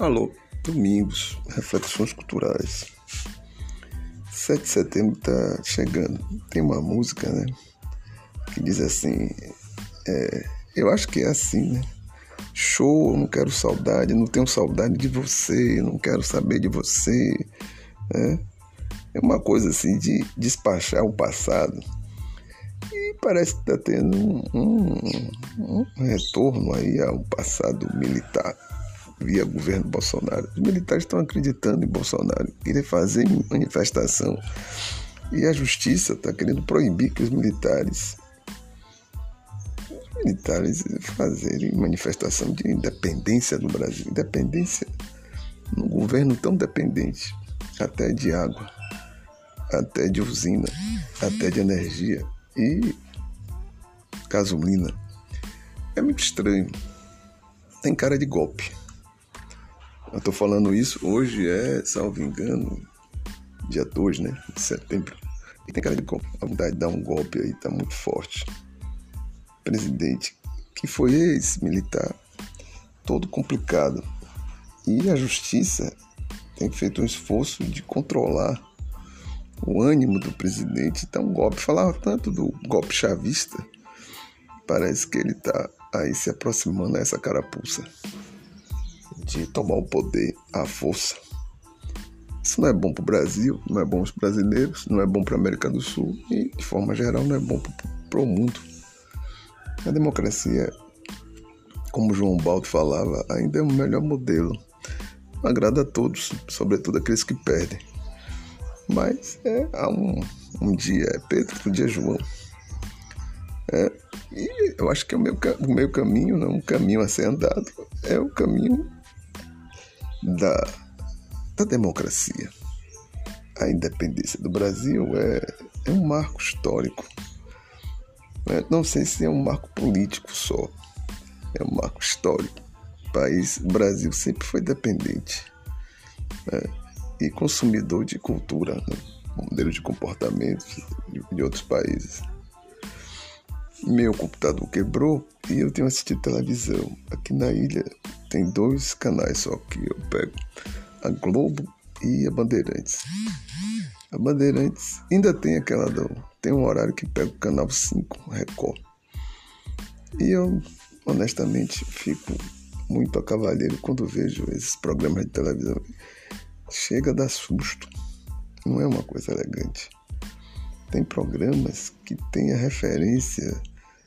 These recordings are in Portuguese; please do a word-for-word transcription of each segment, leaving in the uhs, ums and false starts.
Alô, domingos, reflexões culturais. sete de setembro tá chegando. Tem uma música, né, que diz assim, é, eu acho que é assim, né? Show, eu não quero saudade, não tenho saudade de você, não quero saber de você, né? É uma coisa assim de despachar o passado. E parece que está tendo um, um, um retorno aí ao passado militar via governo Bolsonaro. Os militares estão acreditando em Bolsonaro, querem fazer manifestação. E a justiça está querendo proibir que os militares, os militares fazerem manifestação de independência no Brasil. Independência num governo tão dependente, até de água, até de usina, até de energia e gasolina. É muito estranho. Tem cara de golpe. Eu tô falando isso, hoje é, salvo engano, dia dois, né, de setembro. E tem cara de golpe. A vontade de dar um golpe aí tá muito forte. Presidente, que foi ex-militar, todo complicado. E a justiça tem feito um esforço de controlar o ânimo do presidente. Então, um golpe. Falava tanto do golpe chavista. Parece que ele está aí se aproximando a essa carapuça de tomar o poder à força. Isso não é bom para o Brasil, não é bom para os brasileiros, não é bom para a América do Sul e, de forma geral, não é bom para o mundo. A democracia, como João Baldo falava, ainda é o melhor modelo. Agrada a todos, sobretudo aqueles que perdem. Mas é, há um, um dia é Pedro, outro dia é João. É, e eu acho que é o meu, o meu caminho, não, um caminho a ser andado, é o caminho da, da democracia. A independência do Brasil é, é um marco histórico. É, não sei se é um marco político só, é um marco histórico. O país, o Brasil sempre foi dependente, né, e consumidor de cultura, né, modelo de comportamento de, de outros países. Meu computador quebrou e eu tenho assistido televisão. Aqui na ilha tem dois canais só que eu pego, a Globo e a Bandeirantes. A Bandeirantes ainda tem aquela do, tem um horário que pega o canal cinco, Record. E eu, honestamente, fico muito a cavalheiro quando vejo esses programas de televisão. Chega a dar susto. Não é uma coisa elegante. Tem programas que têm a referência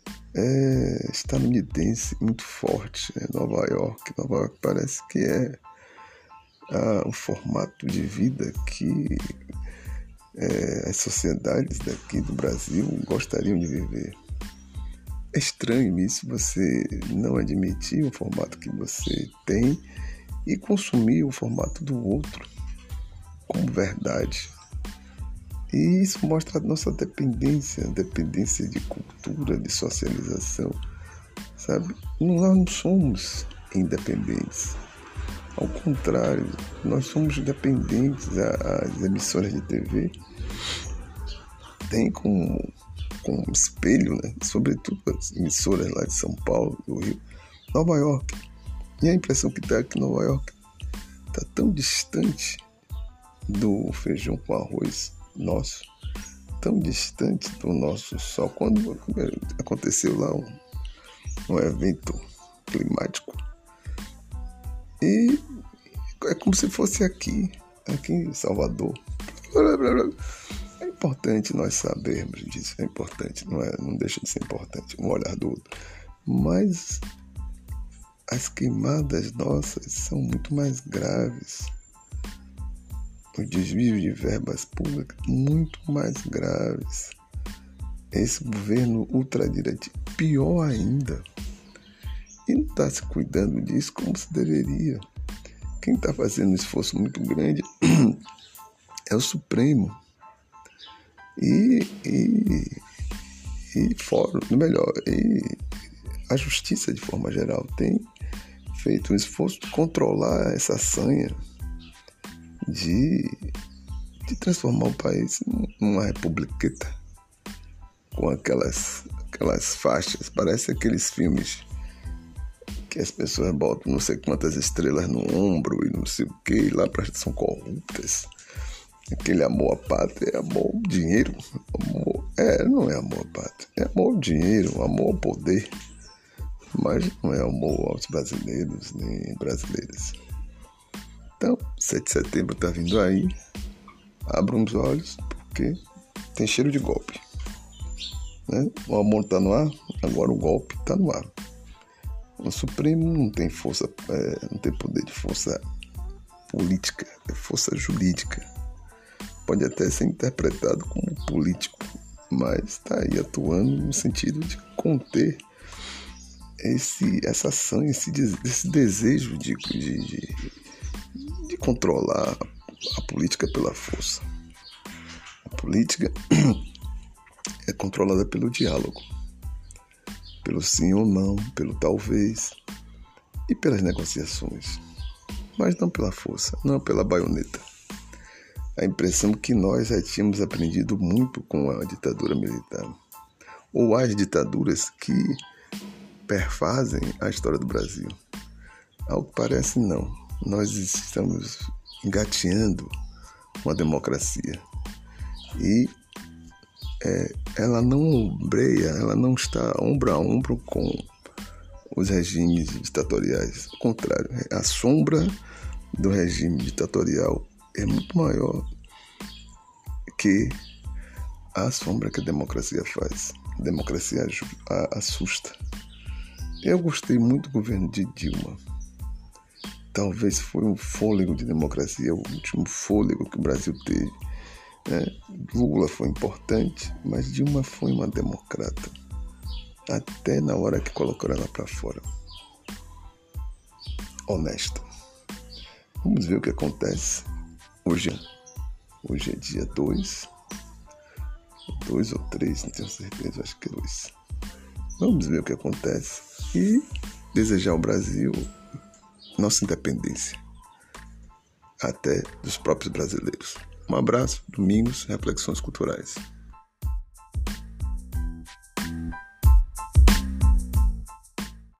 é, estadunidense muito forte. É Nova York. Nova York parece que é ah, um formato de vida que é, as sociedades daqui do Brasil gostariam de viver. É estranho isso, você não admitir o formato que você tem e consumir o formato do outro como verdade. E isso mostra a nossa dependência, dependência de cultura, de socialização, sabe? Nós não somos independentes. Ao contrário, nós somos dependentes. As emissoras de T V têm como, como espelho, né, sobretudo as emissoras lá de São Paulo, do Rio, Nova York. E a impressão que dá é que Nova York está tão distante do feijão com arroz nosso, tão distante do nosso sol. Quando aconteceu lá um, um evento climático, e é como se fosse aqui, aqui em Salvador. É importante nós sabermos disso, é importante, não, é, não deixa de ser importante, um olhar do outro. Mas as queimadas nossas são muito mais graves. Os desvios de verbas públicas muito mais graves. Esse governo ultradireito, pior ainda. E não está se cuidando disso como se deveria. Quem está fazendo um esforço muito grande é o Supremo. E, e, e fora, melhor, e a Justiça, de forma geral, tem feito um esforço de controlar essa sanha de, de transformar o país numa republiqueta com aquelas, aquelas faixas. Parece aqueles filmes que as pessoas botam não sei quantas estrelas no ombro e não sei o que, e lá para são corruptas. Aquele amor à pátria é amor ao dinheiro. Amor, é, não é amor à pátria, é amor ao dinheiro, amor ao poder. Mas não é amor aos brasileiros nem brasileiras. Então, sete de setembro está vindo aí. Abram os olhos, porque tem cheiro de golpe. Né? O amor está no ar, agora o golpe está no ar. O Supremo não tem força, é, não tem poder de força política, é força jurídica. Pode até ser interpretado como político, mas está aí atuando no sentido de conter esse, essa ação, esse, esse desejo de, de, de, de controlar a política pela força. A política é controlada pelo diálogo, pelo sim ou não, pelo talvez e pelas negociações, mas não pela força, não pela baioneta. A impressão que nós já tínhamos aprendido muito com a ditadura militar, ou as ditaduras que perfazem a história do Brasil. Ao que parece, não. Nós estamos engateando uma democracia e é, ela não ombreia, ela não está ombro a ombro com os regimes ditatoriais. Ao contrário, a sombra do regime ditatorial é muito maior que a sombra que a democracia faz. A democracia assusta. Eu gostei muito do governo de Dilma. Talvez foi um fôlego de democracia, o último fôlego que o Brasil teve. Né? Lula foi importante, mas Dilma foi uma democrata. Até na hora que colocaram ela para fora. Honesta. Vamos ver o que acontece. Hoje, hoje é dia dois. dois ou três, não tenho certeza, acho que é dois. Vamos ver o que acontece e desejar ao Brasil nossa independência. Até dos próprios brasileiros. Um abraço, Domingos, Reflexões Culturais.